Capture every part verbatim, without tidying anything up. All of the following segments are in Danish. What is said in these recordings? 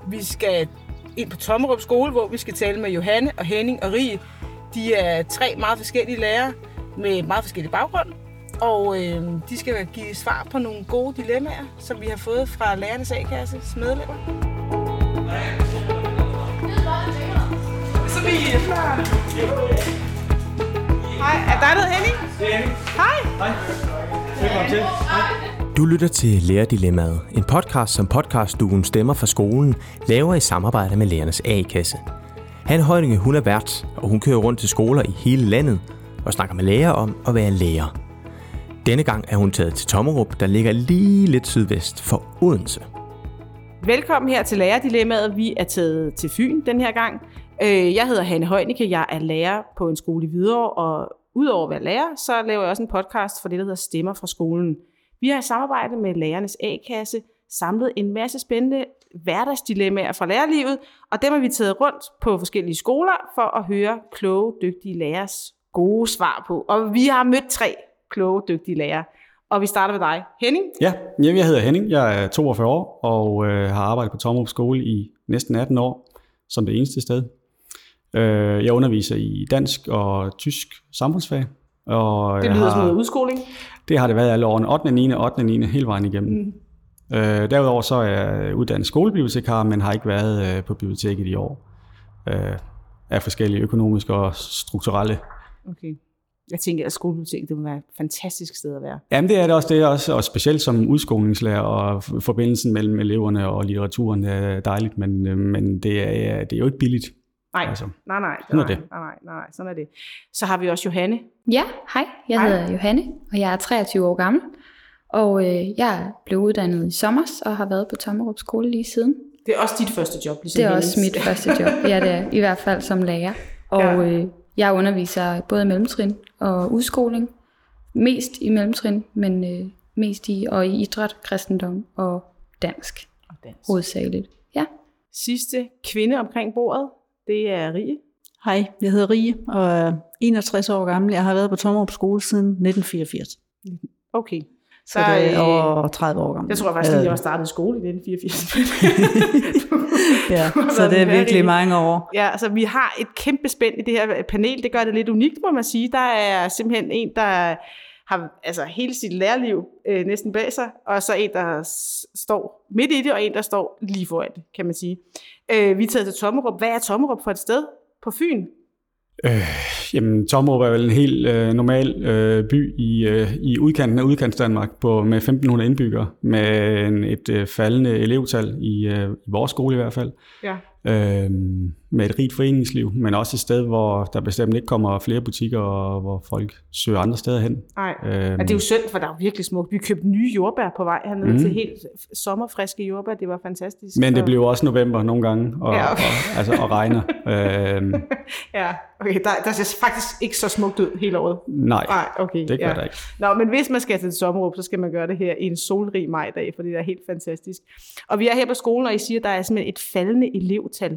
Vi skal ind på Tommerup skole, hvor vi skal tale med Johanne og Henning og Rie. De er tre meget forskellige lærere med meget forskellige baggrund. Og øh, de skal give svar på nogle gode dilemmaer, som vi har fået fra Lærernes A-kasses medlemmer. Så vi er klar. Hej, er der noget, Henning? Det er Henning. Hej. Hej. Velkommen til. Hej. Du lytter til Lærerdilemmaet, en podcast, som podcastduoen Stemmer fra skolen laver i samarbejde med Lærernes A-kasse. Hanne Højninge, hun er vært, og hun kører rundt til skoler i hele landet og snakker med lærere om at være lærer. Denne gang er hun taget til Tommerup, der ligger lige lidt sydvest for Odense. Velkommen her til Lærerdilemmaet. Vi er taget til Fyn den her gang. Jeg hedder Hanne Højninge, jeg er lærer på en skole i Hvidovre, og udover at være lærer, så laver jeg også en podcast for det, der hedder Stemmer fra skolen. Vi har i samarbejde med Lærernes A-kasse samlet en masse spændende hverdagsdilemmaer fra lærerlivet, og dem har vi taget rundt på forskellige skoler for at høre kloge, dygtige lærers gode svar på. Og vi har mødt tre kloge, dygtige lærere. Og vi starter med dig. Henning? Ja, jeg hedder Henning. Jeg er toogfyrre år og øh, har arbejdet på Tommerup skole i næsten atten år som det eneste sted. Øh, jeg underviser i dansk og tysk samfundsfag. Og det lyder som noget udskoling. Det har det været alle årene. ottende niende ottende niende hele vejen igennem. Mm. Øh, derudover så er jeg uddannet skolebibliotekar, men har ikke været øh, på biblioteket i år. Øh, af forskellige økonomiske og strukturelle. Okay. Jeg tænker, at skolebiblioteket det må være et fantastisk sted at være. Jamen det er det også, det er også, og specielt som udskolingslærer, og forbindelsen mellem eleverne og litteraturen er dejligt, men, men det, er, det er jo ikke billigt. Nej, altså, nej, nej, nej, nej, nej, nej, sådan er det. Så har vi også Johanne. Ja, hej, jeg hej. hedder Johanne, og jeg er treogtyve år gammel, og øh, jeg blev uddannet i sommer og har været på Tommerup skole lige siden. Det er også dit første job, ligesom Det er hendes. også mit første job, ja det er i hvert fald som lærer, og ja. øh, jeg underviser både i mellemtrin og udskoling, mest i mellemtrin, men øh, mest i og i idræt, kristendom og dansk, og dansk. Hovedsageligt. Ja. Sidste kvinde omkring bordet, det er Rie. Hej, jeg hedder Rie og er enogtres år gammel. Jeg har været på Tommerup skole siden nitten fireogfirs. Okay. Så der, det er over tredive år gammel. Jeg tror faktisk, at jeg var startet i skole i nitten fireogfirs. Ja, så det er virkelig mange år. Ja, altså vi har et kæmpe spænd i det her panel. Det gør det lidt unikt, må man sige. Der er simpelthen en, der har altså hele sit lærerliv øh, næsten bag sig, og så en, der s- står midt i det, og en, der står lige foran det, kan man sige. Øh, vi er taget til Tommerup. Hvad er Tommerup for et sted på Fyn? Øh, jamen, Tommerup er vel en helt øh, normal øh, by i, øh, i udkanten af udkantsdanmark på, med femten hundrede indbyggere, med en, et øh, faldende elevtal i, øh, i vores skole i hvert fald. Ja. Øh, med et rigt foreningsliv, men også et sted, hvor der bestemt ikke kommer flere butikker, og hvor folk søger andre steder hen. Nej, øh, og det er jo synd, for der er virkelig smukt. Vi købte nye jordbær på vej hernede mm. til helt sommerfriske jordbær. Det var fantastisk. Men det blev også november nogle gange, og, ja, okay. og, altså, og regner. øh, ja, okay. Der, der ser faktisk ikke så smukt ud hele året. Nej, nej okay, det gør ja. der ikke. Nå, men hvis man skal til Tommerup, så skal man gøre det her i en solrig majdag, for det er helt fantastisk. Og vi er her på skolen, og I siger, at der er simpelthen et faldende elevtal.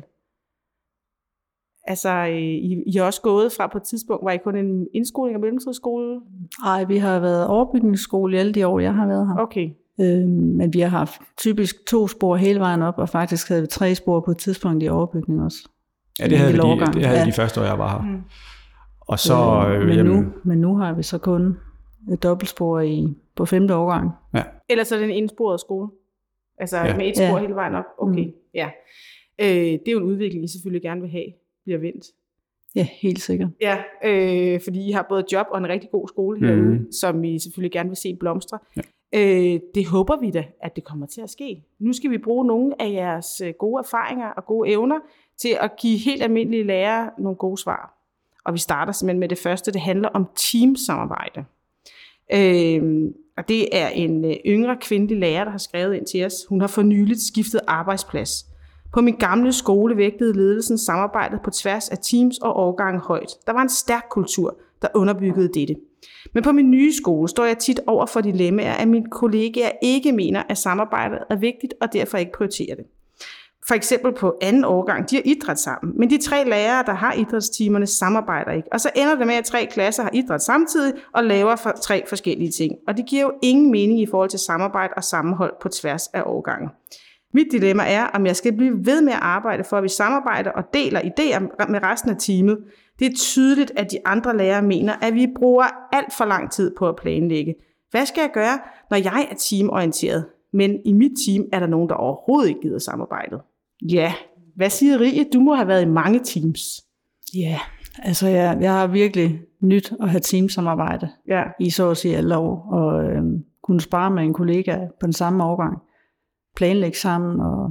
Altså, I, I har også gået fra på et tidspunkt, var I kun en indskoling og mellemtidsskole? Nej, vi har været overbygningsskole i alle de år, jeg har været her. Okay. Øh, men vi har haft typisk to spor hele vejen op, og faktisk havde vi tre spor på et tidspunkt i overbygning også. Ja, det havde, de, det havde ja. de første år, jeg var her. Mm. Og så, øh, men, nu, men nu har vi så kun et dobbeltspor i, på femte årgang. Ja. Ellers er det en indsporet skole? Altså ja. Med et spor ja. hele vejen op? Okay, mm. ja. Øh, det er jo en udvikling, I selvfølgelig gerne vil have, bliver vendt. Ja, helt sikkert. Ja, øh, fordi I har både job og en rigtig god skole herude, mm. som I selvfølgelig gerne vil se blomstre. Ja. Øh, det håber vi da, at det kommer til at ske. Nu skal vi bruge nogle af jeres gode erfaringer og gode evner til at give helt almindelige lærere nogle gode svar. Og vi starter simpelthen med det første, det handler om teamsamarbejde. Øh, og det er en yngre kvindelig lærer, der har skrevet ind til os. Hun har for nyligt skiftet arbejdsplads. På min gamle skole vægtede ledelsen samarbejdet på tværs af teams og årgange højt. Der var en stærk kultur, der underbyggede dette. Men på min nye skole står jeg tit over for dilemmaer, at mine kollegaer ikke mener, at samarbejdet er vigtigt og derfor ikke prioriterer det. For eksempel på anden årgang, de har idræt sammen, men de tre lærere, der har idrætstimerne, samarbejder ikke. Og så ender det med, at tre klasser har idræt samtidig og laver for tre forskellige ting. Og det giver jo ingen mening i forhold til samarbejde og sammenhold på tværs af årgangen. Mit dilemma er, om jeg skal blive ved med at arbejde for, at vi samarbejder og deler idéer med resten af teamet. Det er tydeligt, at de andre lærere mener, at vi bruger alt for lang tid på at planlægge. Hvad skal jeg gøre, når jeg er teamorienteret? Men i mit team er der nogen, der overhovedet ikke gider samarbejdet. Ja, hvad siger Rie? Du må have været i mange teams. Ja, altså jeg, jeg har virkelig nyt at have teamsamarbejde ja. i så at sige alle år, og øh, kunne spare med en kollega på den samme årgang, planlægge sammen og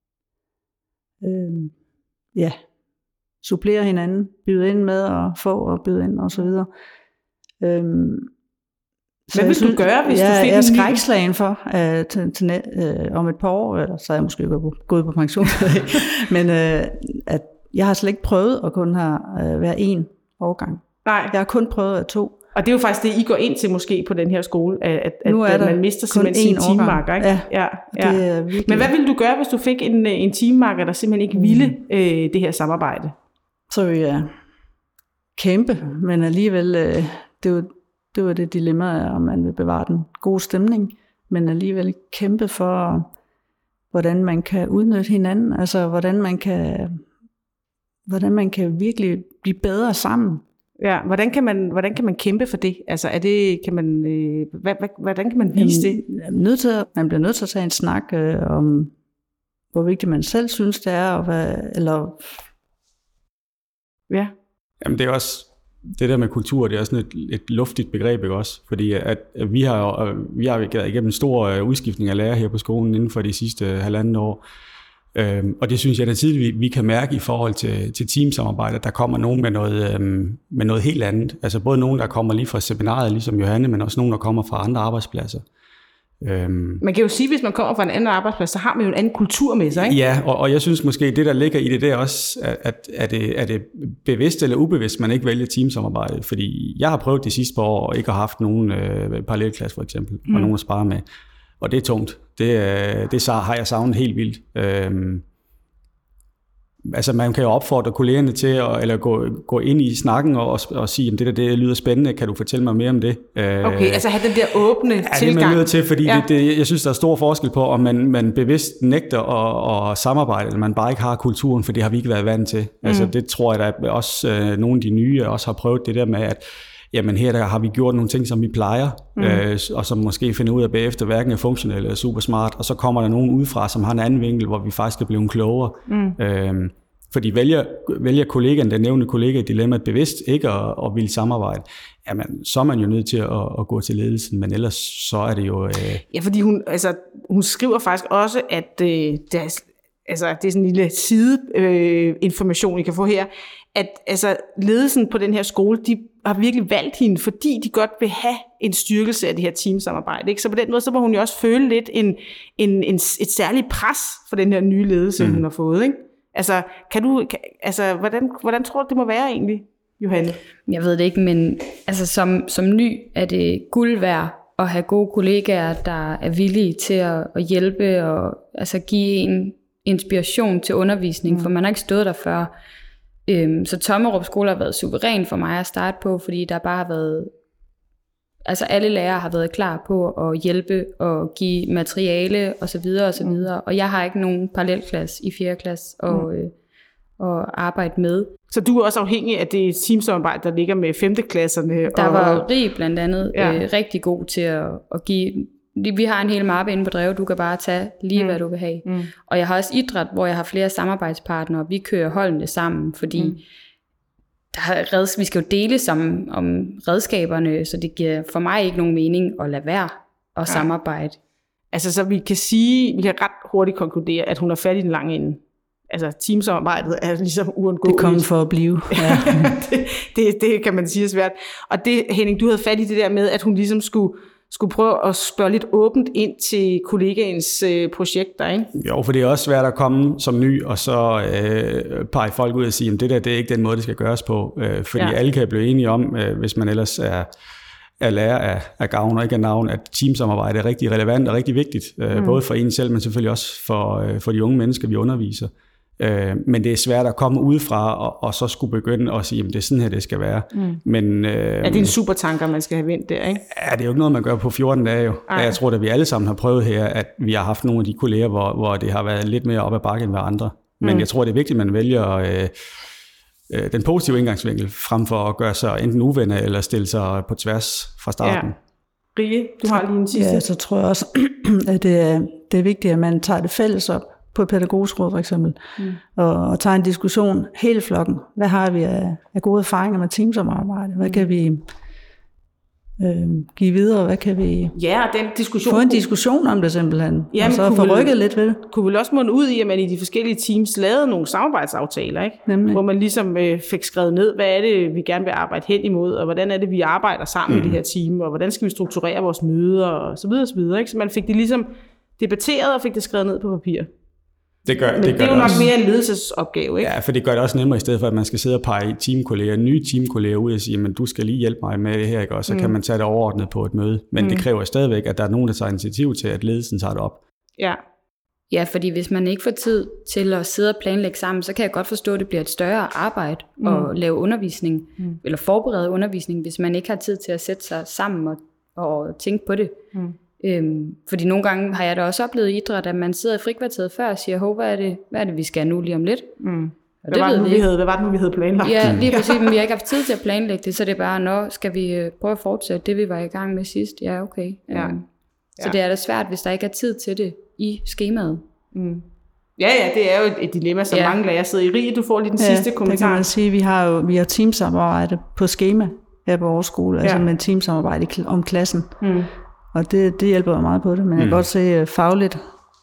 øh, ja, supplere hinanden, byde ind med og få og byde ind og så videre. Øh, Hvad vil synes, du gøre, hvis jeg, du fik jeg en er skrækslagen for, at til, til, øh, om et par år, eller så er jeg måske gået på pension, men øh, at jeg har slet ikke prøvet at kun have øh, være en årgang. Nej. Jeg har kun prøvet at to. Og det er jo faktisk det, I går ind til måske på den her skole, at, at, nu er at der man mister simpelthen sin teammarker. Ikke? Ja, ja, ja. Det er virkelig... Men hvad ville du gøre, hvis du fik en, en teammarker, der simpelthen ikke ville øh, det her samarbejde? Så ville jeg kæmpe, men alligevel, øh, det var det, var det dilemma, om man vil bevare den gode stemning, men alligevel kæmpe for, hvordan man kan udnytte hinanden, altså hvordan man kan, hvordan man kan virkelig blive bedre sammen. Ja, hvordan kan man, hvordan kan man kæmpe for det? Altså er det, kan man, øh, hvad, hvad, hvordan kan man vise Jamen, det? Nødt til, man bliver nødt til at tage en snak øh, om, hvor vigtigt man selv synes det er, og hvad, eller... Ja. Jamen det er også, det der med kultur, det er sådan et, et luftigt begreb, ikke også? Fordi at, at vi har, vi har været igennem en stor udskiftning af lærere her på skolen inden for de sidste halvanden år. Øhm, og det synes jeg, at tidligt vi, vi kan mærke i forhold til, til teamsamarbejde, at der kommer nogen med noget, øhm, med noget helt andet. Altså både nogen, der kommer lige fra seminariet, ligesom Johanne, men også nogen, der kommer fra andre arbejdspladser. Øhm. Man kan jo sige, at hvis man kommer fra en anden arbejdsplads, så har man jo en anden kultur med sig, ikke? Ja, og, og jeg synes måske, det der ligger i det, det er også, at, at er, det, er det bevidst eller ubevidst, man ikke vælger teamsamarbejde. Fordi jeg har prøvet de sidste par år, og ikke har haft nogen øh, parallelklasse for eksempel, mm. og nogen at spare med. Og det er tungt. Det, det har jeg savnet helt vildt. Øhm, altså man kan jo opfordre kollegerne til at eller gå, gå ind i snakken og, og sige, at det der det lyder spændende, kan du fortælle mig mere om det? Okay, altså have den der åbne ja, tilgang. Det er man nødt til, fordi ja. det, det, jeg synes, der er stor forskel på, om man, man bevidst nægter at, at samarbejde, eller man bare ikke har kulturen, for det har vi ikke været vant til. Mm. Altså det tror jeg, at også øh, nogle af de nye også har prøvet det der med, at jamen her der har vi gjort nogle ting, som vi plejer, mm. øh, og som måske finder ud af bagefter, hverken er funktionelle eller super smart, og så kommer der nogen udefra, som har en anden vinkel, hvor vi faktisk er blevet klogere. Mm. Øhm, fordi vælger, vælger kollegaen, den nævnte kollega i dilemmaet bevidst ikke at, at ville samarbejde, jamen så er man jo nødt til at, at gå til ledelsen, men ellers så er det jo... Øh... Ja, fordi hun, altså, hun skriver faktisk også, at øh, der, altså, det er sådan en lille sideinformation, øh, I kan få her, at altså, ledelsen på den her skole, de har virkelig valgt hende, fordi de godt vil have en styrkelse af det her teamsamarbejde. Ikke? Så på den måde, så må hun jo også føle lidt en, en, en, et særligt pres for den her nye ledelse, mm. hun har fået. Ikke? Altså, kan du, kan, altså hvordan, hvordan tror du, det må være egentlig, Johanne? Jeg ved det ikke, men altså, som, som ny er det guld værd at have gode kollegaer, der er villige til at, at hjælpe og altså, give en inspiration til undervisning, mm. for man har ikke stået der før. Så Tommerup skole har været suveræn for mig at starte på, fordi der bare har været, altså alle lærere har været klar på at hjælpe og give materiale og så videre og så videre, og jeg har ikke nogen parallelklasse i fjerde klasse og, mm. øh, og arbejde med. Så du er også afhængig af det teamsamarbejde, der ligger med femteklasserne? Der og... var Rig blandt andet ja. øh, rigtig god til at, at give. Vi har en hel mappe inde på Drev, du kan bare tage lige, mm. hvad du vil have. Mm. Og jeg har også idræt, hvor jeg har flere samarbejdspartnere, vi kører holdene sammen, fordi mm. der er reds- vi skal jo dele om, om redskaberne, så det giver for mig ikke nogen mening at lade være at ja. samarbejde. Altså, så vi kan sige, vi kan ret hurtigt konkludere, at hun er fat i den lange ende. Altså, teamsamarbejdet er ligesom uundgåeligt. Det kommer for at blive. Ja. det, det, det kan man sige er svært. Og det, Henning, du havde fat i det der med, at hun ligesom skulle skulle prøve at spørge lidt åbent ind til kollegaens øh, projekter, ikke? Jo, for det er også svært at komme som ny, og så øh, pege folk ud og sige, at det der det er ikke den måde, det skal gøres på. Øh, fordi ja. alle kan blive enige om, øh, hvis man ellers er, er lærer af, af gavn og ikke af navn, at teamsamarbejde er rigtig relevant og rigtig vigtigt. Øh, mm. Både for en selv, men selvfølgelig også for, øh, for de unge mennesker, vi underviser. Øh, men det er svært at komme udefra og, og så skulle begynde at sige, at det er sådan her, det skal være. Mm. Men, øh, er det en supertanker, man skal have vendt der, ikke? Ja, det er jo ikke noget, man gør på fjorten dage jo. Ej. Jeg tror, at vi alle sammen har prøvet her, at vi har haft nogle af de kolleger, hvor, hvor det har været lidt mere op ad bakke end hver andre. Men mm. jeg tror, det er vigtigt, at man vælger øh, øh, den positive indgangsvinkel, frem for at gøre sig enten uvenner eller stille sig på tværs fra starten. Ja. Rie, du har lige en sidste. Ja, så tror jeg også, at det er, det er vigtigt, at man tager det fælles op på et pædagogisk råd for eksempel, mm. og, og tager en diskussion hele flokken. Hvad har vi af, af gode erfaringer med teamsamarbejde? Hvad mm. kan vi øh, give videre? Hvad kan vi ja, og den diskussion få en diskussion om det simpelthen? Jamen, og så få rykket lidt ved det. Kunne vel også munde ud i, at man i de forskellige teams lavede nogle samarbejdsaftaler, ikke? Nemlig. Hvor man ligesom øh, fik skrevet ned, hvad er det, vi gerne vil arbejde hen imod, og hvordan er det, vi arbejder sammen mm. i det her team, og hvordan skal vi strukturere vores møder, og så videre, og så videre, ikke? Så man fik det ligesom debatteret og fik det skrevet ned på papir. Det, gør, Men det, det gør er jo nok også mere en ledelsesopgave, ikke? Ja, for det gør det også nemmere, i stedet for at man skal sidde og pege teamkolleger, nye teamkolleger ud og sige, men du skal lige hjælpe mig med det her, ikke? Og så mm. kan man tage det overordnet på et møde. Men mm. det kræver stadigvæk, at der er nogen, der tager initiativ til, at ledelsen tager det op. Ja. Ja, fordi hvis man ikke får tid til at sidde og planlægge sammen, så kan jeg godt forstå, at det bliver et større arbejde mm. at lave undervisning, mm. eller forberede undervisning, hvis man ikke har tid til at sætte sig sammen og, og tænke på det. Mm. Øhm, fordi nogle gange har jeg da også oplevet i idræt, at man sidder i frikvarteret før og siger, hvad er det, hvad er det vi skal nu lige om lidt? Mm. Hvad, det var det, nu, vi havde, hvad var det nu, vi havde planlagt? Ja, lige præcis, men vi har ikke haft tid til at planlægge det, så det er bare, nå, skal vi prøve at fortsætte det, vi var i gang med sidst? Ja, okay. Ja. Øhm, så ja. Det er da svært, hvis der ikke er tid til det i skemaet. Mm. Ja, ja, det er jo et dilemma, som ja. mange lærere sidder i. Rie, du får lige den ja, sidste kommentar. Det kan man sige, vi har jo vi har teamsamarbejde på skema her på vores skole, ja. altså med teamsamarbejde om klassen. Mm. Og det, det hjælper meget på det, men mm. jeg kan godt se uh, fagligt,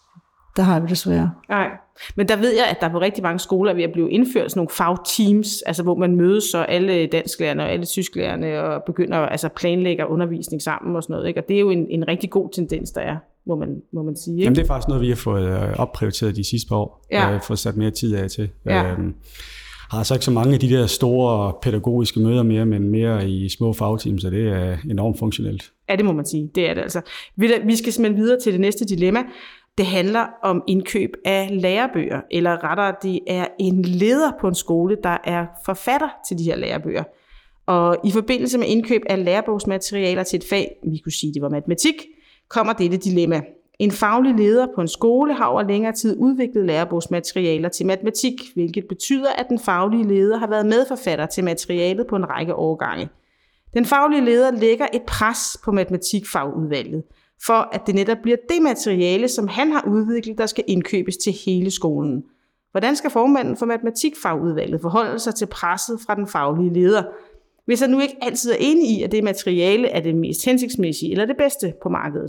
der har vi det svært. Nej, men der ved jeg, at der på rigtig mange skoler er ved at blive indført sådan nogle fagteams, altså hvor man mødes så alle dansklærerne og alle tysklærerne og begynder altså planlægge undervisning sammen og sådan noget, ikke? Og det er jo en, en rigtig god tendens, der er, må man, må man sige. Ikke? Jamen det er faktisk noget, vi har fået opprioriteret de sidste par år, ja. øh, fået sat mere tid af til. Ja. Øhm, har så ikke så mange af de der store pædagogiske møder mere, men mere i små fagteams, så det er enormt funktionelt. Ja, det må man sige. Det er det altså. Vi skal simpelthen videre til det næste dilemma. Det handler om indkøb af lærebøger, eller rettere, det er en leder på en skole, der er forfatter til de her lærebøger. Og i forbindelse med indkøb af lærebogsmaterialer til et fag, vi kunne sige, det var matematik, kommer dette dilemma. En faglig leder på en skole har over længere tid udviklet lærebogsmaterialer til matematik, hvilket betyder, at den faglige leder har været medforfatter til materialet på en række årgange. Den faglige leder lægger et pres på matematikfagudvalget, for at det netop bliver det materiale, som han har udviklet, der skal indkøbes til hele skolen. Hvordan skal formanden for matematikfagudvalget forholde sig til presset fra den faglige leder, hvis han nu ikke altid er enig i, at det materiale er det mest hensigtsmæssige eller det bedste på markedet?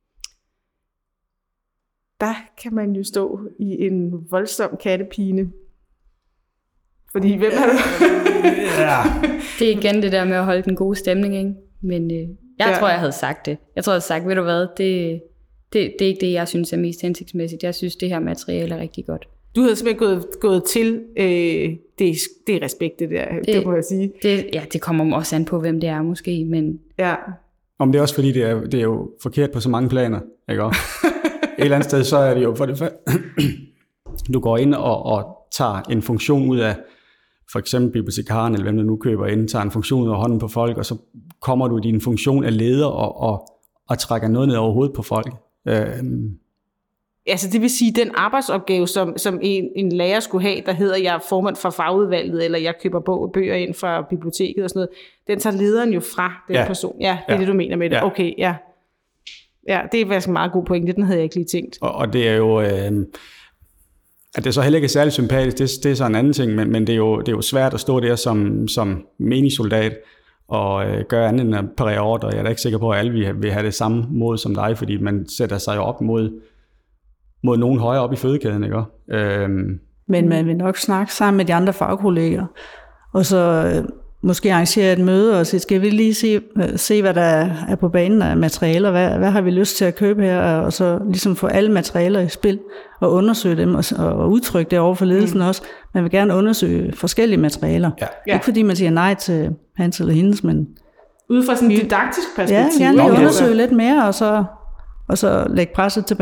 Der kan man jo stå i en voldsom kattepine. Fordi hvem er du? Ja. Det er igen det der med at holde den gode stemning, ikke? Men øh, jeg ja. tror, jeg havde sagt det. Jeg tror, jeg havde sagt, ved du hvad, det, det, det er ikke det, jeg synes er mest hensigtsmæssigt. Jeg synes, det her materiale er rigtig godt. Du havde simpelthen gået, gået til, øh, det, det er respekt, det der, det, det må jeg sige. Det, ja, det kommer også an på, hvem det er måske, men... Ja. Om det er også fordi, det er, det er jo forkert på så mange planer, ikke også? Et eller andet sted, så er det jo for det du går ind og, og tager en funktion ud af, for eksempel bibliotekaren, eller hvem der nu køber ind, tager en funktion ud af hånden på folk, og så kommer du i din funktion af leder og, og, og trækker noget ned over hovedet på folk. Øhm. Altså det vil sige, den arbejdsopgave, som, som en, en lærer skulle have, der hedder, jeg er formand for fagudvalget, eller jeg køber bog, bøger ind fra biblioteket og sådan noget, den tager lederen jo fra den ja. person. Ja, det er ja. det, du mener med det. Ja. Okay, ja. Ja, det er faktisk en meget god pointe, den havde jeg ikke lige tænkt. Og, og det er jo, øh, at det så heller ikke er særlig sympatisk, det, det er så en anden ting, men, men det, er jo, det er jo svært at stå der som, som menig-soldat og øh, gøre andet end at parere ordre. Jeg er da ikke sikker på, at alle vil, vil have det samme mod som dig, fordi man sætter sig op mod, mod nogen højere op i fødekæden, ikke? Øhm. Men man vil nok snakke sammen med de andre fagkolleger, og så... Øh, måske arrangere et møde og sige, skal vi lige se, se hvad der er på banen af materialer, hvad, hvad har vi lyst til at købe her, og så ligesom få alle materialer i spil, og undersøge dem, og, og udtrykke det over for ledelsen mm. også. Man vil gerne undersøge forskellige materialer. Ja. Ja. Ikke fordi man siger nej til hans eller hendes, men... Ud fra sådan et didaktisk perspektiv. Ja, gerne lige undersøge lidt mere, og så, og så lægge presset tilbage.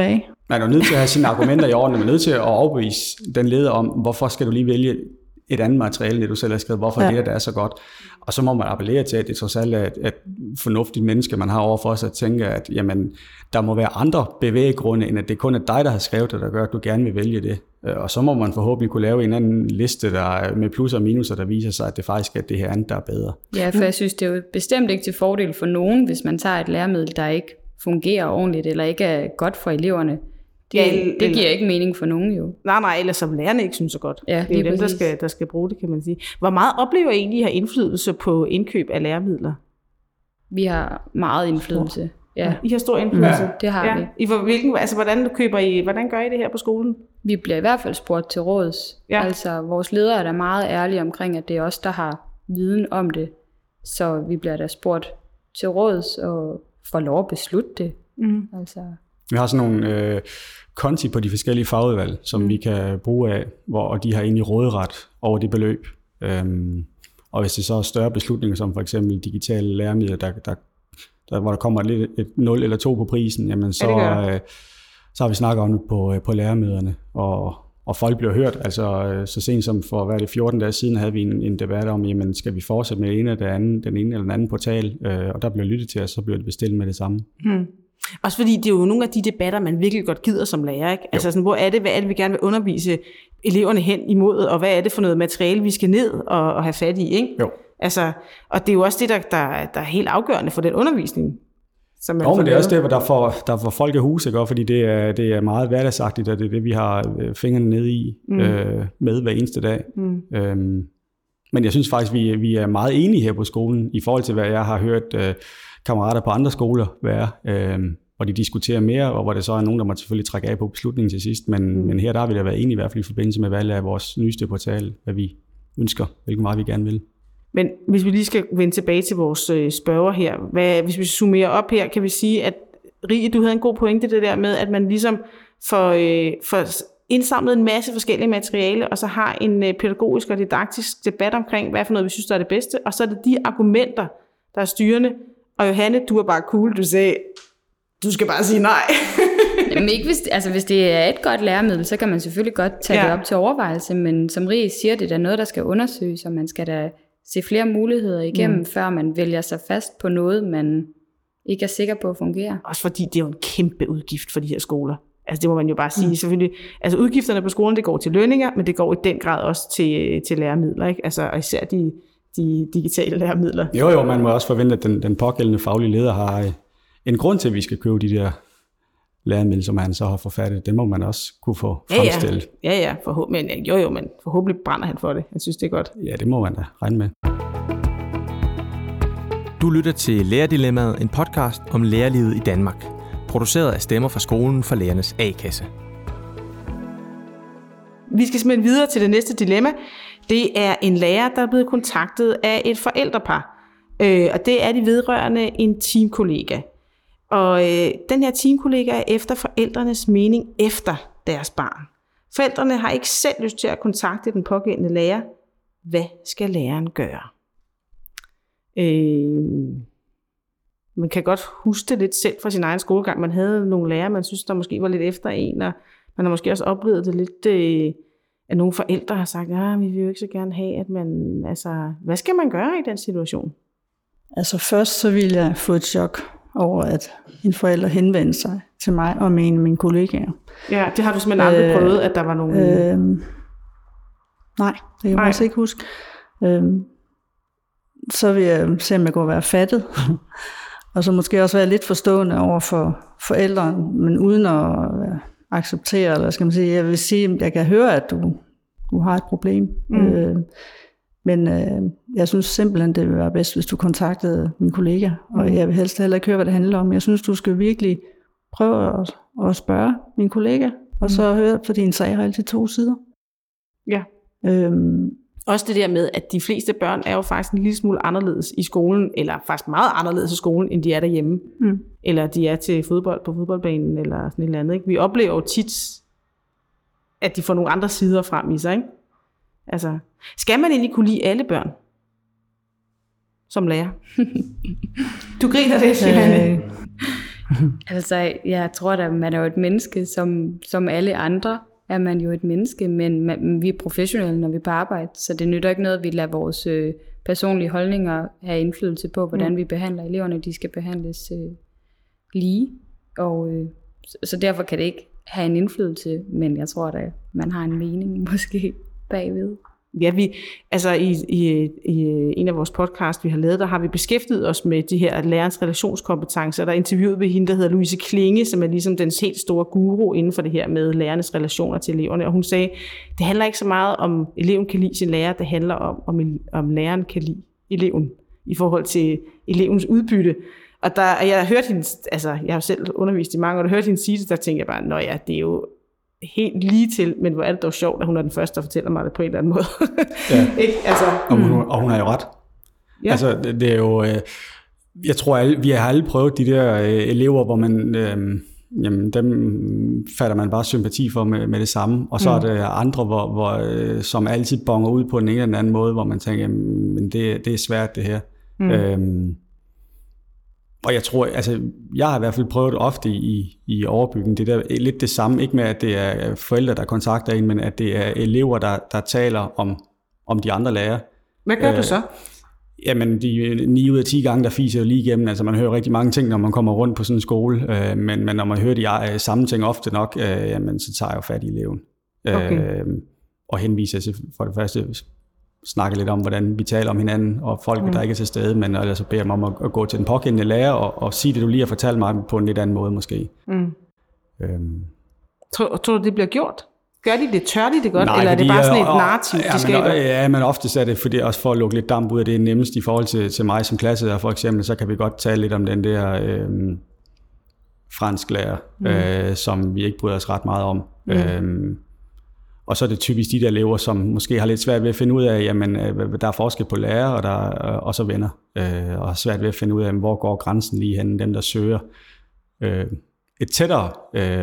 Man er nødt til at have sine argumenter i orden, man er nødt til at overbevise den leder om, hvorfor skal du lige vælge et andet materiale, end det du selv har skrevet, hvorfor ja. det der er så godt. Og så må man appellere til, at det trods alt er et, et fornuftigt menneske, man har overfor sig, at tænke, at jamen, der må være andre bevæggrunde, end at det kun er dig, der har skrevet det, der gør, at du gerne vil vælge det. Og så må man forhåbentlig kunne lave en anden liste, der er med plus og minuser, der viser sig, at det faktisk er det her andet, der er bedre. Ja, for jeg synes, det er jo bestemt ikke til fordel for nogen, hvis man tager et læremiddel, der ikke fungerer ordentligt, eller ikke er godt for eleverne. Det, ja, eller, det giver ikke mening for nogen jo. Nej, nej, eller som lærerne ikke synes så godt. Ja, det er jo dem, der skal, der skal bruge det, kan man sige. Hvor meget oplever I egentlig, at have indflydelse på indkøb af læremidler? Vi har meget indflydelse. Ja. I har stor indflydelse? Ja, det har ja. vi. I for, hvilken, altså, hvordan, køber I, hvordan gør I det her på skolen? Vi bliver i hvert fald spurgt til råds. Ja. Altså, vores ledere er da meget ærlige omkring, at det er os, der har viden om det. Så vi bliver da spurgt til råds og får lov at beslutte det. Mm. Altså... Vi har sådan nogle øh, konti på de forskellige fagudvalg, som mm. vi kan bruge af, hvor og de har egentlig råderet over det beløb. Øhm, og hvis det så er større beslutninger, som for eksempel digitale læremidler, der, der, der, hvor der kommer lidt et nul eller to på prisen, jamen så, ja, øh, så har vi snakket om det på, på læremøderne, og, og folk bliver hørt. Altså så sent som for hvad er det, fjorten dage siden havde vi en, en debat om, jamen skal vi fortsætte med det ene eller det andet, den ene eller den anden portal, øh, og der bliver lyttet til os, så bliver det bestilt med det samme. Mm. Også fordi det er jo nogle af de debatter, man virkelig godt gider som lærer, ikke? Altså sådan, hvor er det, hvad er det, vi gerne vil undervise eleverne hen imod, og hvad er det for noget materiale, vi skal ned og, og have fat i, ikke? Jo. Altså, og det er jo også det, der, der, der er helt afgørende for den undervisning. Som man jo, men det er også det, der får, der får folk i hus, ikke? Fordi det er, det er meget hverdagsagtigt, og det er det, vi har fingrene nede i mm. øh, med hver eneste dag. Mm. Øhm, men jeg synes faktisk, vi, vi er meget enige her på skolen, i forhold til, hvad jeg har hørt øh, kammerater på andre skoler være, øh, hvor de diskuterer mere, og hvor det så er nogen, der må selvfølgelig trække af på beslutningen til sidst. Men, mm. men her der har vi da været enige, i hvert fald i forbindelse med valget af vores nyeste portal, hvad vi ønsker, hvilken vej vi gerne vil. Men hvis vi lige skal vende tilbage til vores øh, spørger her, hvad, hvis vi summerer op her, kan vi sige, at Rie, du havde en god pointe det der med, at man ligesom får, øh, får indsamlet en masse forskellige materiale, og så har en øh, pædagogisk og didaktisk debat omkring, hvad for noget vi synes, der er det bedste, og så er det de argumenter, der er styrende. Og Johanne, du er bare cool, du sagde, du skal bare sige nej. Jamen ikke hvis, altså hvis det er et godt læremiddel, så kan man selvfølgelig godt tage ja. det op til overvejelse, men som Rie siger, det er noget, der skal undersøges, og man skal da se flere muligheder igennem, mm. før man vælger sig fast på noget, man ikke er sikker på at fungere. Også fordi det er jo en kæmpe udgift for de her skoler. Altså det må man jo bare sige. Mm. Selvfølgelig, altså udgifterne på skolen, det går til lønninger, men det går i den grad også til, til læremidler, ikke? Altså og især de, de digitale læremidler. Jo jo, man må også forvente, at den, den pågældende faglige leder har en grund til, at vi skal købe de der læremidler, som han så har forfattet. Den må man også kunne få fremstillet. Ja, ja, ja, ja forhåbentlig, men, jo jo, men forhåbentlig brænder han for det. Jeg synes, det er godt. Ja, det må man da regne med. Du lytter til Lærerdilemmaet, en podcast om lærerlivet i Danmark. Produceret af Stemmer fra Skolen for Lærernes A-kasse. Vi skal simpelthen videre til det næste dilemma. Det er en lærer, der er blevet kontaktet af et forældrepar. Øh, og det er de vedrørende en teamkollega. Og øh, den her teamkollega er efter forældrenes mening efter deres barn. Forældrene har ikke selv lyst til at kontakte den pågældende lærer. Hvad skal læreren gøre? Øh, man kan godt huske det lidt selv fra sin egen skolegang. Man havde nogle lærere, man synes, der måske var lidt efter en, og man har måske også oplevet det lidt, øh, at nogle forældre har sagt, ja, vi vil jo ikke så gerne have, at man, altså, hvad skal man gøre i den situation? Altså først så ville jeg få et chok over, at en forælder henvendte sig til mig og en af mine kollegaer. Ja, det har du simpelthen aldrig øh, prøvet, at der var nogen... Øh, nej, det kan jeg også ikke huske. Øh, så vil jeg se, om jeg kunne være fattet. Og så måske også være lidt forstående over for forældrene, men uden at acceptere, eller skal man sige, jeg vil sige, at jeg kan høre, at du, du har et problem. Mm. Øh, men øh, jeg synes simpelthen, det vil være bedst, hvis du kontaktede min kollega, og mm. jeg vil helst heller ikke høre, hvad det handler om. Jeg synes, du skal virkelig prøve at, at spørge min kollega, og mm. så høre, for din sag har altid to sider. Ja. Øhm, Også det der med, at de fleste børn er jo faktisk en lille smule anderledes i skolen, eller faktisk meget anderledes i skolen, end de er derhjemme. Mm. Eller de er til fodbold på fodboldbanen, eller sådan et eller andet. Ikke? Vi oplever jo tit, at de får nogle andre sider frem i sig. Ikke? Altså, skal man egentlig kunne lide alle børn? Som lærer? Du griner det, Johanne. Øh, Altså, jeg tror da, man er jo et menneske, som, som alle andre er man jo et menneske, men man, vi er professionelle, når vi er på arbejde, så det nytter ikke noget, at vi lader vores øh, personlige holdninger have indflydelse på, hvordan mm. vi behandler eleverne. De skal behandles øh, lige, og øh, så, så derfor kan det ikke have en indflydelse, men jeg tror da, man har en mening måske bagved. Ja, vi, altså i, i, i en af vores podcasts, vi har lavet, der har vi beskæftiget os med de her lærerens relationskompetencer. Der er interviewet med hende, der hedder Louise Klinge, som er ligesom den helt store guru inden for det her med lærernes relationer til eleverne. Og hun sagde, det handler ikke så meget om, eleven kan lide sin lærer, det handler om, om, om læreren kan lide eleven i forhold til elevens udbytte. Og der, jeg har hørt hende, altså jeg har selv undervist i mange år, og jeg har hørt hende sige det, der tænker jeg bare, nå ja, det er jo helt lige til, men hvor er det dog sjovt, at hun er den første, der fortæller mig det på en eller anden måde. Ja. Ikke? Altså, og, hun, og hun har jo ret. Ja. Altså, det, det er jo, øh, jeg tror, alle, vi har alle prøvet de der øh, elever, hvor man, øh, jamen, dem fatter man bare sympati for med, med det samme, og så mm. er det andre, hvor, hvor, øh, som altid bonger ud på den ene eller anden måde, hvor man tænker, men det, det er svært det her. Mm. Øhm, Og jeg tror, altså, jeg har i hvert fald prøvet ofte i, i overbygningen, det der lidt det samme, ikke med at det er forældre, der kontakter en, men at det er elever, der, der taler om, om de andre lærere. Hvad gør øh, du så? Jamen, de ni ud af ti gange, der fiser jo lige igennem, altså man hører rigtig mange ting, når man kommer rundt på sådan en skole, øh, men, men når man hører de øh, samme ting ofte nok, øh, jamen, så tager jeg jo fat i eleven. Okay. Øh, og henviser til for det første, snakke lidt om, hvordan vi taler om hinanden, og folk, mm. der ikke er til stede, men ellers så beder jeg mig om at, at gå til den pågældende lærer, og, og sige det, du lige har fortalt mig på en lidt anden måde, måske. Mm. Øhm. Tror, tror du, det bliver gjort? Gør de det? Tør de det godt? Nej, eller er det bare sådan et narrativ, ja, de skaber? Men, ja, men oftest er det fordi, også for at lukke lidt damp ud af det nemmest i forhold til, til mig som klasselærer, for eksempel, så kan vi godt tale lidt om den der øh, fransklærer, mm. øh, som vi ikke bryder os ret meget om. Mm. Øhm, Og så er det typisk de der elever, som måske har lidt svært ved at finde ud af, jamen der er forskel på lærer og, der, og så venner. Øh, og har svært ved at finde ud af, hvor går grænsen lige hen, dem der søger øh, et tættere, øh,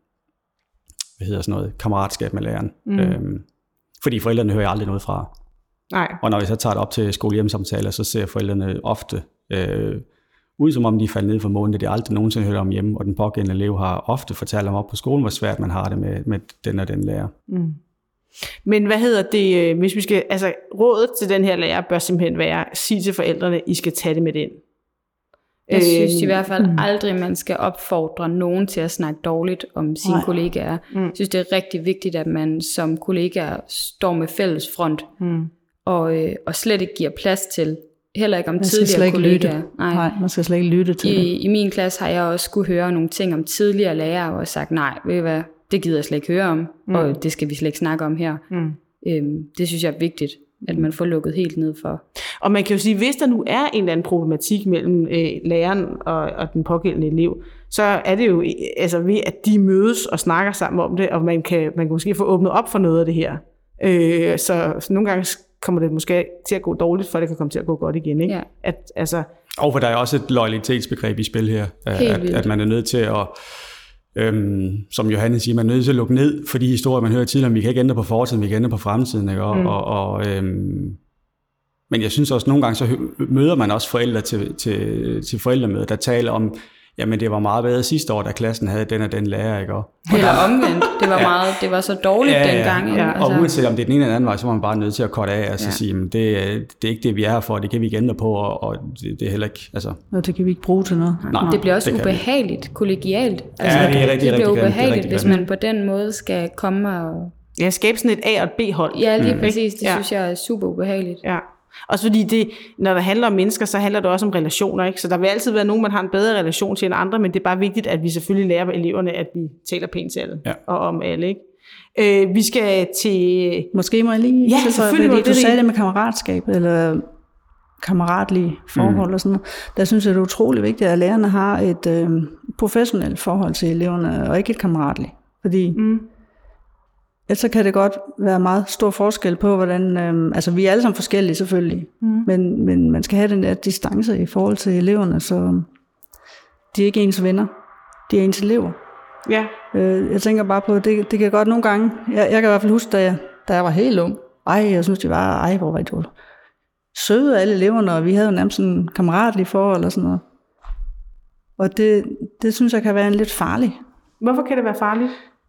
hvad hedder sådan noget, kammeratskab med læreren. Mm. Øh, fordi forældrene hører aldrig noget fra. Nej. Og når vi så tager det op til skole-hjemsamtaler, så ser forældrene ofte øh, ud som om de falder ned fra månen, det er aldrig nogensinde hørt om hjemme, og den pågældende elev har ofte fortalt om op på skolen, hvor svært man har det med, med den og den lærer. Mm. Men hvad hedder det, hvis vi skal, altså rådet til den her lærer bør simpelthen være, sige til forældrene, I skal tage det med den. Jeg synes i hvert fald aldrig, man skal opfordre nogen til at snakke dårligt om sine Nej. kollegaer. Mm. Jeg synes, det er rigtig vigtigt, at man som kollegaer står med fælles front, mm. og, og slet ikke giver plads til, heller ikke om man tidligere kollegaer. Nej. nej, man skal slet ikke lytte til I, det. I min klasse har jeg også skulle høre nogle ting om tidligere lærere, og sagt, nej, ved I hvad, det gider jeg slet ikke høre om, mm. og det skal vi slet ikke snakke om her. Mm. Øhm, det synes jeg er vigtigt, at man får lukket helt ned for. Og man kan jo sige, hvis der nu er en eller anden problematik mellem øh, læreren og, og den pågældende elev, så er det jo altså ved, at de mødes og snakker sammen om det, og man kan, man kan måske få åbnet op for noget af det her. Øh, så, så nogle gange kommer det måske til at gå dårligt, for det kan komme til at gå godt igen. Ikke? Ja. At, altså... Og for der er også et loyalitetsbegreb i spil her, at, at man er nødt til at, øhm, som Johanne siger, man er nødt til at lukke ned for de historier, man hører tidligere, vi kan ikke ændre på fortiden, vi kan ændre på fremtiden. Ikke? Og, mm. og, og, øhm, men jeg synes også, nogle gange så møder man også forældre til, til, til forældremøder, der taler om, jamen det var meget bedre sidste år, da klassen havde den og den lærer, ikke? Og eller omvendt, det var, meget, det var så dårligt ja, dengang. Ja, ja. Altså. Og uanset om det er den ene eller anden vej, så var man bare nødt til at korte af og så ja. sige, jamen det, det er ikke det, vi er her for, det kan vi ikke ændre på, og, og det, det er heller ikke, altså. Og det kan vi ikke bruge til noget. Nej, det bliver også det ubehageligt, kollegialt. Altså, ja, det er rigtig, det bliver rigtig ubehageligt, hvis man på den måde skal komme og... Ja, skabe sådan et A- og et B-hold. Ja, lige mm. præcis, det ja. synes jeg er super ubehageligt. Ja. Også fordi det, når det handler om mennesker, så handler det også om relationer, ikke? Så der vil altid være nogen, man har en bedre relation til end andre, men det er bare vigtigt, at vi selvfølgelig lærer eleverne, at vi taler pænt til alle, ja. og om alle, ikke? Øh, vi skal til... Måske må jeg lige... Ja, selvfølgelig må det. Du sagde det med kammeratskab, eller kammeratlige forhold mm. og sådan noget. Der synes jeg, det er utrolig vigtigt, at lærerne har et øh, professionelt forhold til eleverne, og ikke et kammeratligt. Fordi... Mm. Så kan det godt være meget stor forskel på, hvordan, øh, altså vi er alle sammen forskellige selvfølgelig, mm. men, men man skal have den der distance i forhold til eleverne, så de er ikke ens venner, de er ens elever. Ja. Øh, jeg tænker bare på, det, det kan godt nogle gange, jeg, jeg kan i hvert fald huske, da jeg, da jeg var helt ung, ej, jeg synes, det var, ej, hvor var det søde alle eleverne, og vi havde jo nærmest sådan en kammeratlig forhold og sådan noget. Og det, det synes jeg kan være en lidt farlig. Hvorfor kan det være farligt?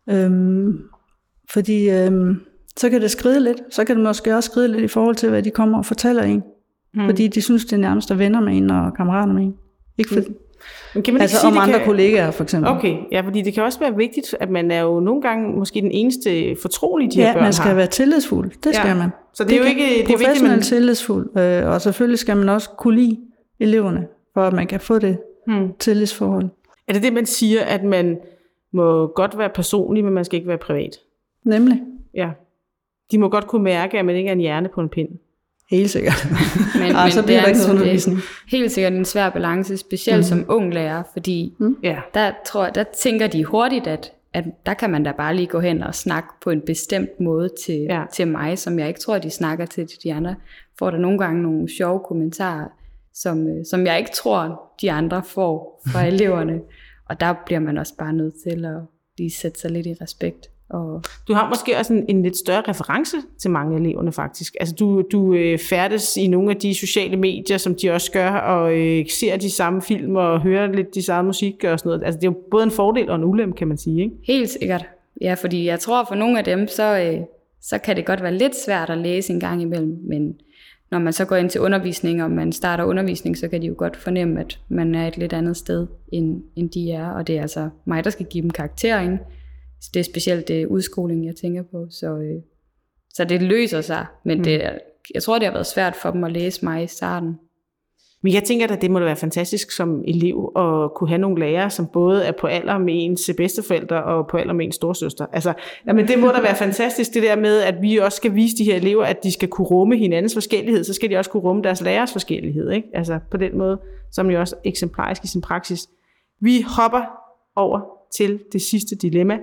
Øhm, fordi øhm, så kan det skride lidt. Så kan det måske også skride lidt i forhold til, hvad de kommer og fortæller en. Mm. Fordi de synes, det er nærmest er venner med en og kammerater med en. Ikke for, mm. Men kan man altså ikke sige, om andre kan... kollegaer for eksempel. Okay, ja, fordi det kan også være vigtigt, at man er jo nogle gange måske den eneste fortrolige, de ja, her børn har. Ja, man skal har. være tillidsfuld. Det ja. skal man. Så det, det er jo ikke... Det er professionelt vigtigt, man... tillidsfuld. Øh, og selvfølgelig skal man også kunne lide eleverne, for at man kan få det hmm. tillidsforhold. Er det det, man siger, at man må godt være personlig, men man skal ikke være privat? Nemlig. Ja. De må godt kunne mærke, at man ikke er en hjerne på en pind. Helt sikkert. Men, Arh, men så bliver der ikke sådan undervisning. Helt sikkert en svær balance, specielt mm. som ung lærer, fordi mm. der, tror, der tænker de hurtigt, at, at der kan man da bare lige gå hen og snakke på en bestemt måde til, ja. til mig, som jeg ikke tror, de snakker til de andre. Får der nogle gange nogle sjove kommentarer, som, som jeg ikke tror, de andre får fra eleverne. Og der bliver man også bare nødt til at lige sætte sig lidt i respekt. Og du har måske også en, en lidt større reference til mange af eleverne faktisk. Altså du, du øh, færdes i nogle af de sociale medier, som de også gør, og øh, ser de samme film og hører lidt de samme musik og sådan noget. Altså det er jo både en fordel og en ulempe, kan man sige, ikke? Helt sikkert. Ja, fordi jeg tror for nogle af dem, så, øh, så kan det godt være lidt svært at læse en gang imellem, men når man så går ind til undervisning, og man starter undervisning, så kan de jo godt fornemme, at man er et lidt andet sted, end, end de er, og det er altså mig, der skal give dem karaktering. Det er specielt det udskoling, jeg tænker på, så, øh, så det løser sig, men mm. det er, jeg tror, det har været svært for dem at læse mig i starten. Men jeg tænker, at det må da være fantastisk som elev at kunne have nogle lærere, som både er på alder med ens bedsteforældre og på alder med ens storsøster. Altså, jamen det må da være fantastisk, det der med, at vi også skal vise de her elever, at de skal kunne rumme hinandens forskellighed, så skal de også kunne rumme deres lærers forskellighed, ikke? Altså på den måde, som jo også er eksemplarisk i sin praksis. Vi hopper over til det sidste dilemma.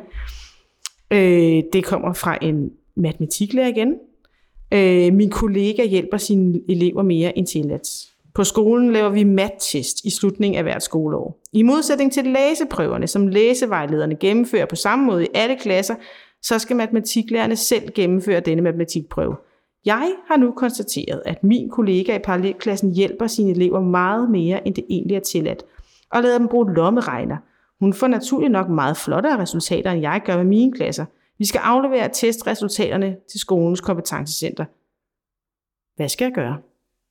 Øh, det kommer fra en matematiklærer igen. Øh, min kollega hjælper sine elever mere end tilladt. På skolen laver vi mattest i slutningen af hvert skoleår. I modsætning til læseprøverne, som læsevejlederne gennemfører på samme måde i alle klasser, så skal matematiklærerne selv gennemføre denne matematikprøve. Jeg har nu konstateret, at min kollega i parallelklassen hjælper sine elever meget mere, end det egentlig er tilladt, og lader dem bruge lommeregner. Hun får naturligt nok meget flottere resultater, end jeg gør med mine klasser. Vi skal aflevere testresultaterne til skolens kompetencecenter. Hvad skal jeg gøre?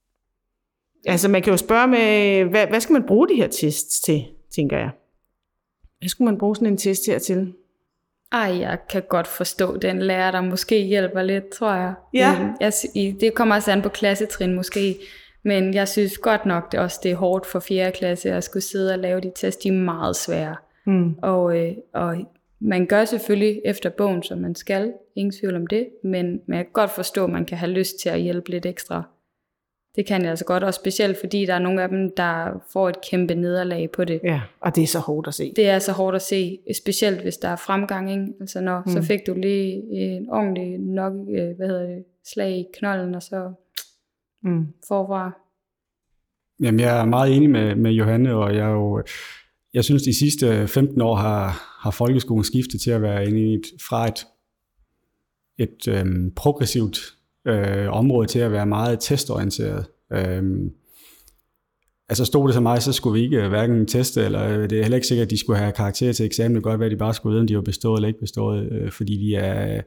Altså man kan jo spørge med, hvad, hvad skal man bruge de her tests til, tænker jeg. Hvad skulle man bruge sådan en test her til? Ej, jeg kan godt forstå den lærer, der måske hjælper lidt, tror jeg. Ja. Jeg, det kommer også an på klassetrin måske. Men jeg synes godt nok, det også det er hårdt for fjerde klasse at skulle sidde og lave de test. De er meget svære. Mm. Og, øh, og man gør selvfølgelig efter bogen, som man skal. Ingen tvivl om det. Men, men jeg kan godt forstå, at man kan have lyst til at hjælpe lidt ekstra. Det kan jeg altså godt. Og specielt fordi der er nogle af dem, der får et kæmpe nederlag på det. Ja, og det er så hårdt at se. Det er så hårdt at se. Specielt hvis der er fremgang. Ikke? Altså når, mm. så fik du lige en ordentlig nok, hvad hedder det, slag i knolden, og så... Mm. forfra. Jamen, jeg er meget enig med, med Johanne, og jeg, jo, jeg synes, de sidste femten år har, har folkeskolen skiftet til at være inde i et, fra et, et øhm, progressivt øh, område til at være meget testorienteret. Øhm, altså stod det til mig, så skulle vi ikke hverken teste, eller det er heller ikke sikkert, at de skulle have karakterer til eksamen. Det kan godt være, at de bare skulle vide, om de var bestået eller ikke bestået, øh, fordi de er...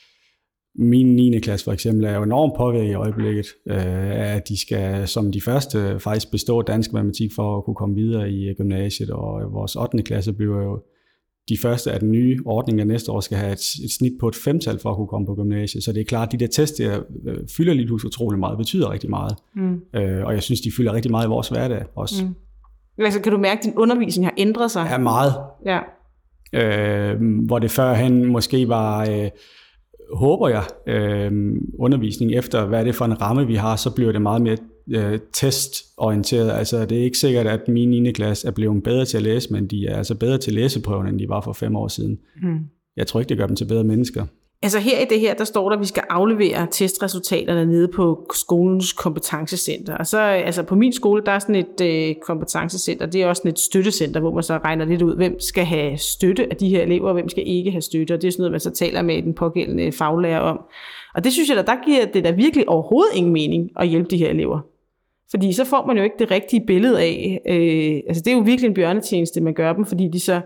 Min niende klasse for eksempel er jo enormt påvirket i øjeblikket, øh, at de skal som de første faktisk bestå dansk matematik for at kunne komme videre i gymnasiet, og vores ottende klasse bliver jo de første af den nye ordning af næste år skal have et, et snit på et femtal for at kunne komme på gymnasiet. Så det er klart, at de der tests der øh, fylder lige pludselig utrolig meget, betyder rigtig meget. Mm. Øh, og jeg synes, de fylder rigtig meget i vores hverdag også. Mm. Altså kan du mærke, at din undervisning har ændret sig? Ja, meget. Ja. Øh, hvor det førhen måske var... Øh, håber jeg, øh, undervisning efter, hvad er det for en ramme, vi har, så bliver det meget mere øh, testorienteret. Altså, det er ikke sikkert, at min niende klasse er blevet bedre til at læse, men de er altså bedre til læseprøven, end de var for fem år siden. Mm. Jeg tror ikke, det gør dem til bedre mennesker. Altså her i det her, der står der, at vi skal aflevere testresultaterne nede på skolens kompetencecenter. Og så altså på min skole, der er sådan et øh, kompetencecenter, det er også sådan et støttecenter, hvor man så regner lidt ud, hvem skal have støtte af de her elever, og hvem skal ikke have støtte. Og det er sådan noget, man så taler med den pågældende faglærer om. Og det synes jeg da, der giver det da virkelig overhovedet ingen mening at hjælpe de her elever. Fordi så får man jo ikke det rigtige billede af, øh, altså det er jo virkelig en bjørnetjeneste, man gør dem, fordi de så,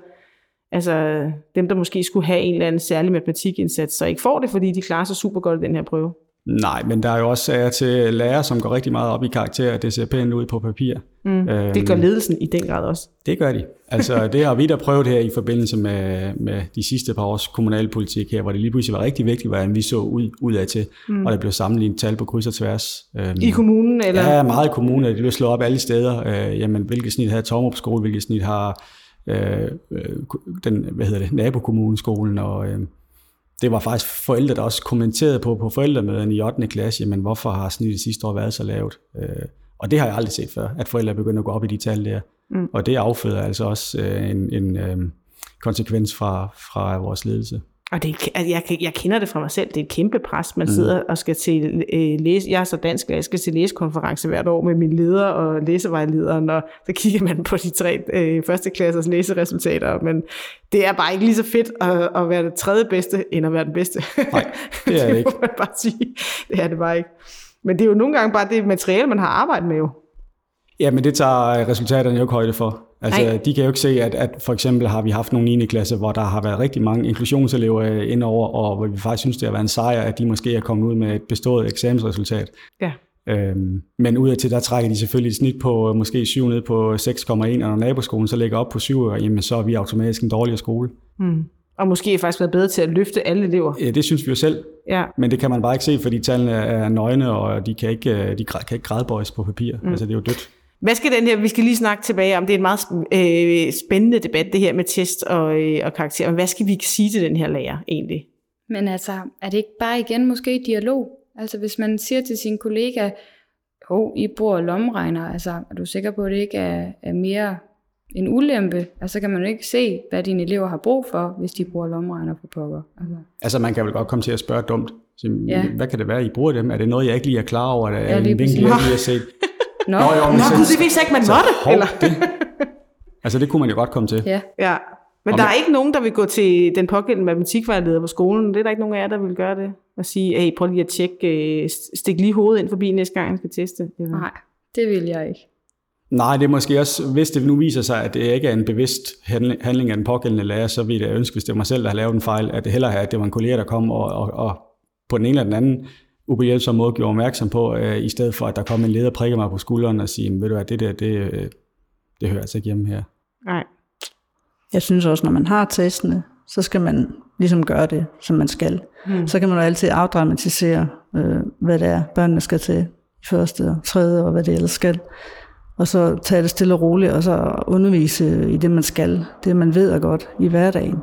altså dem, der måske skulle have en eller anden særlig matematikindsats, så ikke får det, fordi de klarer sig super godt i den her prøve. Nej, men der er jo også sager til lærere, som går rigtig meget op i karakter, det ser pænt ud på papir. Mm, øhm, det gør ledelsen i den grad også. Det gør de. Altså det har vi da prøvet her i forbindelse med, med de sidste par års kommunalpolitik her, hvor det lige pludselig var rigtig vigtigt, hvordan vi så ud, ud af til, mm. og der blev sammenlignet tal på kryds og tværs. Øhm, I kommunen? Eller? Ja, meget i kommunen. Det blev slået op alle steder. Øh, jamen, hvilket snit havde Tommerup skole, hvilket snit har øh, den, hvad hedder det, nabokommuneskolen, og øh, det var faktisk forældre, der også kommenterede på, på forældremøderne i ottende klasse, jamen hvorfor har snittet sidste år været så lavt? Øh, og det har jeg aldrig set før, at forældre begynder at gå op i de tal der. Mm. Og det afføder altså også øh, en, en øh, konsekvens fra, fra vores ledelse. Og det er, jeg, jeg kender det fra mig selv, det er et kæmpe pres. Man sidder og skal til øh, læse, jeg er så dansk, og jeg skal til læsekonference hvert år med min leder og læsevejlederen, og så kigger man på de tre øh, første klassers læseresultater, men det er bare ikke lige så fedt at, at være det tredje bedste, end at være den bedste. Nej, det er det ikke. Det må man bare sige. Det er det bare ikke. Men det er jo nogle gange bare det materiale, man har arbejdet med jo. Ja, men det tager resultaterne jo ikke højde for. Altså, Nej. De kan jo ikke se, at, at for eksempel har vi haft nogle niende klasse, hvor der har været rigtig mange inklusionselever indover, og hvor vi faktisk synes, det har været en sejr, at de måske er kommet ud med et bestået eksamensresultat. Ja. Øhm, men udadtil, der trækker de selvfølgelig et snit på måske syv ned på seks komma en, og når naboskolen så ligger op på syv, jamen så er vi automatisk en dårligere skole. Mm. Og måske er faktisk været bedre til at løfte alle elever. Ja, det synes vi jo selv. Ja. Men det kan man bare ikke se, fordi tallene er nøgne, og de kan ikke, de kan ikke gradbøjes på papir. Mm. Altså, det er jo dødt. Hvad skal den her, vi skal lige snakke tilbage om, det er en meget øh, spændende debat, det her med test og, øh, og karakter. Men hvad skal vi sige til den her lærer egentlig? Men altså, er det ikke bare igen måske dialog? Altså hvis man siger til sin kollega, oh, I bruger lommeregner, altså er du sikker på, at det ikke er, er mere en ulempe? Altså så kan man jo ikke se, hvad dine elever har brug for, hvis de bruger lommeregner på pokker. Altså. altså man kan vel godt komme til at spørge dumt. Så, ja. Hvad kan det være, I bruger dem? Er det noget, jeg ikke lige er klar over? Er det ja, en vinkel, jeg lige har set? Nå, Nå, jo, Nå gud, det vidste ikke, man måtte. Eller? Det, altså det kunne man jo godt komme til. Ja. ja. Men og der man, er ikke nogen, der vil gå til den pågældende matematikvejleder på skolen. Det er der ikke nogen af jer, der vil gøre det. Og sige, hey, prøv lige at tjekke, stik lige hovedet ind forbi næste gang, jeg skal teste. Eller? Nej, det vil jeg ikke. Nej, det er måske også, hvis det nu viser sig, at det ikke er en bevidst handling af den pågældende lærer, så vil jeg ønske, hvis det var mig selv, der har lavet en fejl, at det hellere have, at det var en kollega, der kom og, og, og på den ene eller den anden ubehjælpsom måde gjorde opmærksom på, øh, i stedet for, at der kom en leder og prikker mig på skulderen og siger, ved du hvad, det der, det, det hører altså ikke hjemme her. Nej. Jeg synes også, når man har testene, så skal man ligesom gøre det, som man skal. Hmm. Så kan man jo altid afdramatisere, øh, hvad det er, børnene skal til i første og tredje, og hvad det ellers skal. Og så tage det stille og roligt, og så undervise i det, man skal. Det, man ved er godt i hverdagen.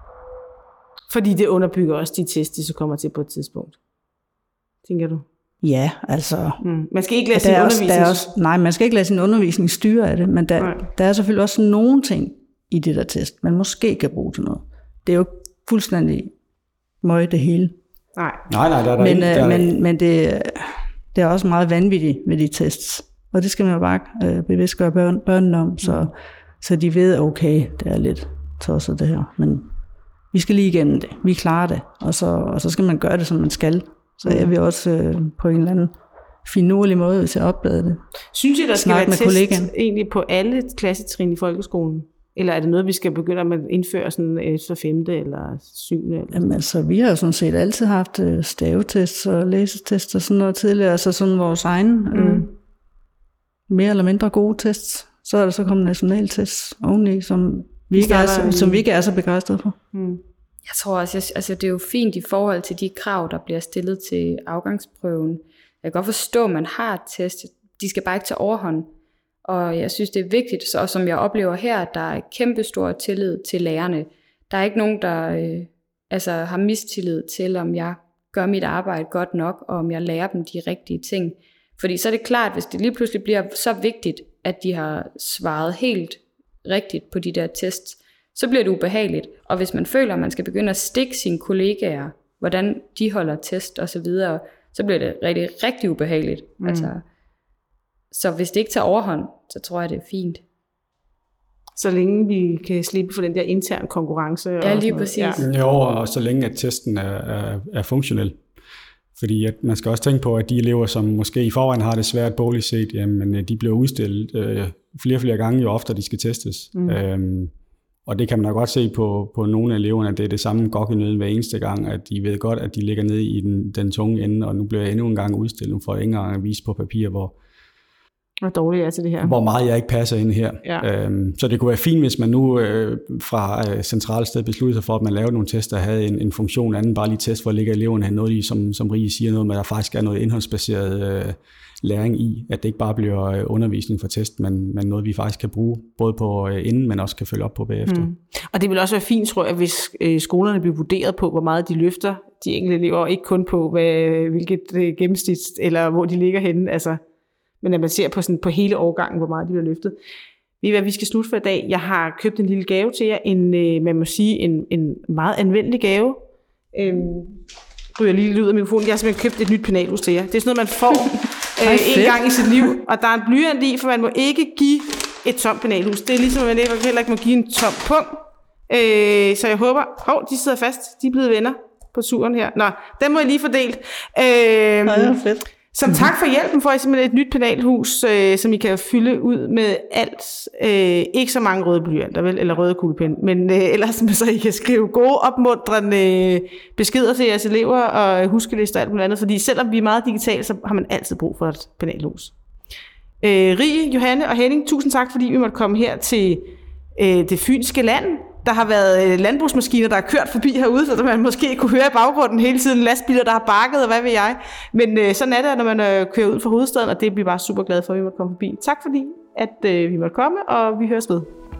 Fordi det underbygger også de test, de så kommer til på et tidspunkt. Tænker du? Ja, altså... Mm. Man skal ikke lade sin undervisning... Også, også, nej, man skal ikke lade sin undervisning styre af det, men der, der er selvfølgelig også nogle ting i det der test, man måske kan bruge til noget. Det er jo fuldstændig møg det hele. Nej, nej, nej der er der men, ikke, der men, men, men det, det er også meget vanvittigt med de tests, og det skal man jo bare øh, bevidstgøre børn, børnene om, så, mm. så de ved, okay, det er lidt tosset det her, men vi skal lige igennem det, vi klarer det, og så, og så skal man gøre det, som man skal. Så jeg vil også øh, på en eller anden finurlig måde til at opdage det. Synes I, der skal være test kollegaen. Egentlig på alle klassetrin i folkeskolen? Eller er det noget, vi skal begynde at indføre sådan efter femte eller syvende? Eller Jamen altså, vi har jo sådan set altid haft stavetests og læsetests og sådan noget tidligere, altså sådan vores egen mm. øh, mere eller mindre gode tests. Så er der så kommet nationaltests oveni, som vi ikke er, så, som vi ikke er så begejstrede for. Mm. Jeg tror også, jeg, altså det er jo fint i forhold til de krav, der bliver stillet til afgangsprøven. Jeg kan godt forstå, at man har et test. De skal bare ikke tage overhånd. Og jeg synes, det er vigtigt, så, og som jeg oplever her, at der er kæmpe stor tillid til lærerne. Der er ikke nogen, der øh, altså, har mistillid til, om jeg gør mit arbejde godt nok, og om jeg lærer dem de rigtige ting. Fordi så er det klart, hvis det lige pludselig bliver så vigtigt, at de har svaret helt rigtigt på de der tests, så bliver det ubehageligt. Og hvis man føler, at man skal begynde at stikke sine kollegaer, hvordan de holder test og så videre, så bliver det rigtig, rigtig ubehageligt. Mm. Altså, så hvis det ikke tager overhånd, så tror jeg, det er fint. Så længe vi kan slippe for den der interne konkurrence. Ja, lige præcis. Ja. Jo, og så længe at testen er, er, er funktionel. Fordi at man skal også tænke på, at de elever, som måske i forvejen har det svært bogligt set, jamen, de bliver udstillet øh, flere og flere gange, jo oftere de skal testes. Mm. Øhm, og det kan man da godt se på, på nogle af eleverne, at det er det samme gok i nøden hver eneste gang, at de ved godt, at de ligger nede i den, den tunge ende, og nu bliver jeg endnu en gang udstillet for ikke engang at vise på papir, hvor, hvor dårligt er til det her. Hvor meget jeg ikke passer ind her. Ja. Øhm, så det kunne være fint, hvis man nu øh, fra øh, centralt sted besluttede sig for, at man lavede nogle tester, der havde en, en funktion anden, bare lige test, hvor ligger eleverne hen, noget de, som, som Rie siger noget med, at der faktisk er noget indholdsbaseret øh, læring i, at det ikke bare bliver øh, undervisning for test, men, men noget, vi faktisk kan bruge, både på øh, inden, men også kan følge op på bagefter. Mm. Og det vil også være fint, tror jeg, hvis øh, skolerne bliver vurderet på, hvor meget de løfter de enkelte elever, og ikke kun på, hvad, hvilket øh, gennemsnit, eller hvor de ligger henne, altså men at man ser på, sådan, på hele årgangen, hvor meget de bliver løftet. Ved I hvad, vi skal slutte for i dag. Jeg har købt en lille gave til jer. En, øh, man må sige, en, en meget anvendelig gave. Øhm, ryger lige lidt ud af mikrofonen. Jeg har simpelthen købt et nyt penalhus til jer. Det er sådan noget, man får øh, en gang i sit liv. Og der er en blyant i, for man må ikke give et tomt penalhus. Det er ligesom, at man heller ikke må give en tom punkt. Øh, så jeg håber... Hov, de sidder fast. De er blevet venner på turen her. Nå, den må jeg lige fordelt. Øh, ja, det er fedt. Som tak for hjælpen får I simpelthen et nyt penalhus, øh, som I kan fylde ud med alt. Øh, ikke så mange røde blyanter, vel, eller røde kuglepen, men øh, ellers så I kan skrive gode, opmuntrende beskeder til jeres elever og huskelister og alt muligt andet. Fordi selvom vi er meget digitale, så har man altid brug for et penalhus. Øh, Rie, Johanne og Henning, tusind tak, fordi vi måtte komme her til øh, det fynske land. Der har været landbrugsmaskiner, der har kørt forbi herude, så man måske kunne høre i baggrunden hele tiden lastbiler, der har bakket, og hvad ved jeg. Men øh, sådan er det, når man øh, kører ud fra hovedstaden, og det bliver bare super glad for, at vi måtte komme forbi. Tak fordi, at øh, vi måtte komme, og vi høres ved.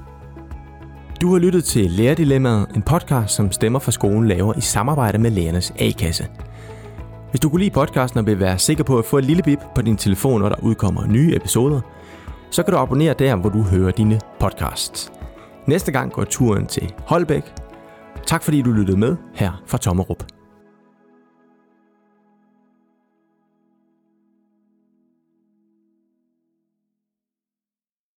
Du har lyttet til Lærerdilemmaet, en podcast, som Stemmer fra Skolen laver i samarbejde med Lærernes A-kasse. Hvis du kunne lide podcasten og vil være sikker på at få et lille bip på din telefon, når der udkommer nye episoder, så kan du abonnere der, hvor du hører dine podcasts. Næste gang går turen til Holbæk. Tak fordi du lyttede med her fra Tommerup.